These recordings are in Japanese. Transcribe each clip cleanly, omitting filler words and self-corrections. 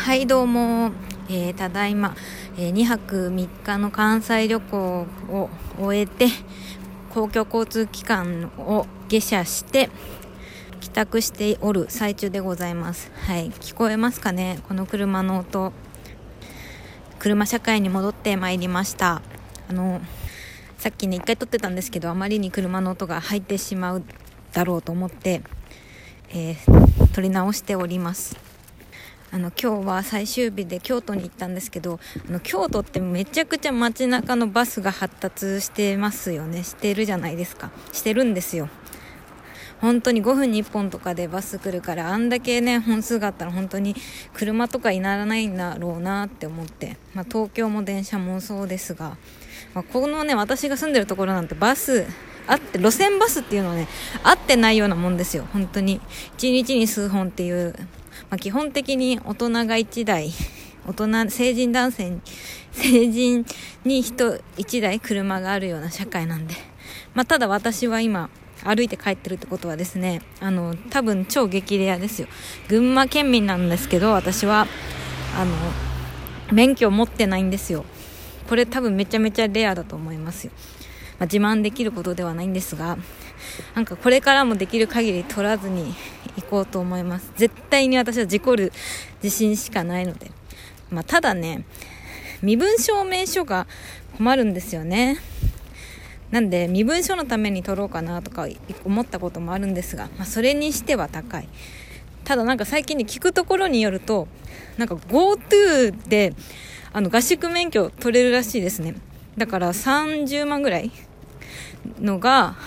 はいどうも、ただいま、2泊3日の関西旅行を終えて公共交通機関を下車して帰宅しておる最中でございます。はい、聞こえますかね、この車の音。車社会に戻ってまいりました。さっきね1回撮ってたんですけど、あまりに車の音が入ってしまうだろうと思って、撮り直しております。今日は最終日で京都に行ったんですけど、京都ってめちゃくちゃ街中のバスが発達してますよね。してるじゃないですか。してるんですよ。本当に5分に1本とかでバス来るから、あんだけね本数があったら本当に車とかにならないんだろうなって思って、東京も電車もそうですが、このね私が住んでるところなんてバスあって路線バスっていうのはね合ってないようなもんですよ。本当に1日に数本っていう、基本的に大人が1台、成人に1台車があるような社会なんで、ただ私は今歩いて帰ってるってことはですね、多分超激レアですよ。群馬県民なんですけど、私は免許を持ってないんですよ。これ多分めちゃめちゃレアだと思いますよ。自慢できることではないんですが、これからもできる限り取らずに行こうと思います。絶対に私は事故る自信しかないので。ただね、身分証明書が困るんですよね。なんで身分証のために取ろうかなとか思ったこともあるんですが、それにしては高い。ただ最近に聞くところによると、GoTo で合宿免許取れるらしいですね。だから30万ぐらいのが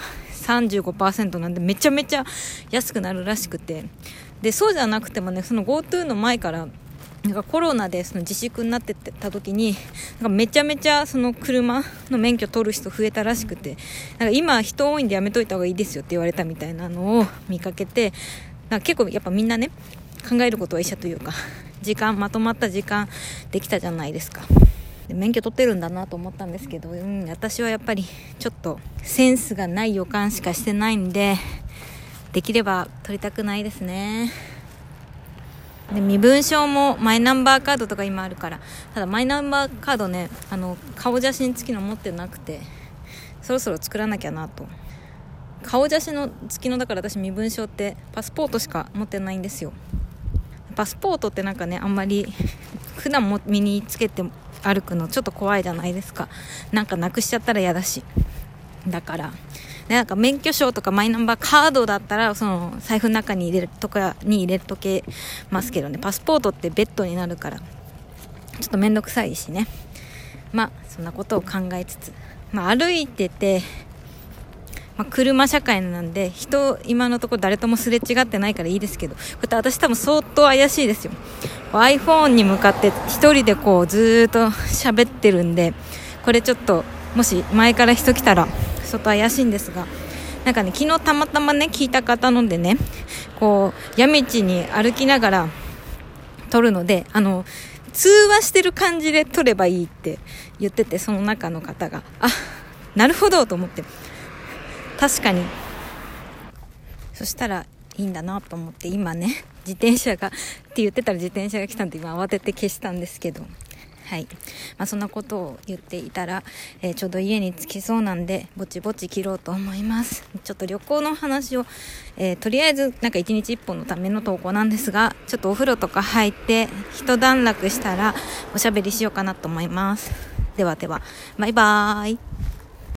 35% なんで、めちゃめちゃ安くなるらしくて、でそうじゃなくてもね、その GoTo の前からコロナでその自粛になってた時にめちゃめちゃその車の免許取る人増えたらしくて、今人多いんでやめといた方がいいですよって言われたみたいなのを見かけて、結構やっぱみんなね考えることは一緒というか、まとまった時間できたじゃないですか。で免許取ってるんだなと思ったんですけど、私はやっぱりちょっとセンスがない予感しかしてないんで、できれば取りたくないですね。で身分証もマイナンバーカードとか今あるから、ただマイナンバーカードね顔写真付きの持ってなくて、そろそろ作らなきゃなと。顔写真の付きのだから、私身分証ってパスポートしか持ってないんですよ。パスポートってあんまり普段も身につけて歩くのちょっと怖いじゃないですか。なくしちゃったら嫌だし。だから免許証とかマイナンバーカードだったらその財布の中に入れとけますけどね、パスポートってベッドになるからちょっとめんどくさいしね。そんなことを考えつつ、歩いてて、車社会なんで今のところ誰ともすれ違ってないからいいですけど、こうやって私多分相当怪しいですよ。iPhone に向かって一人でずーっと喋ってるんで、これちょっともし前から人来たら相当怪しいんですが、昨日たまたまね聞いた方のでね、夜道に歩きながら撮るので、通話してる感じで撮ればいいって言ってて、その中の方がなるほどと思って、確かにそしたらいいんだなと思って、今ね自転車がって言ってたら自転車が来たんで今慌てて消したんですけど、はい、そんなことを言っていたら、ちょうど家に着きそうなんでぼちぼち切ろうと思います。ちょっと旅行の話を、とりあえず1日1本のための投稿なんですが、ちょっとお風呂とか入って一段落したらおしゃべりしようかなと思います。ではでは、バイバーイ。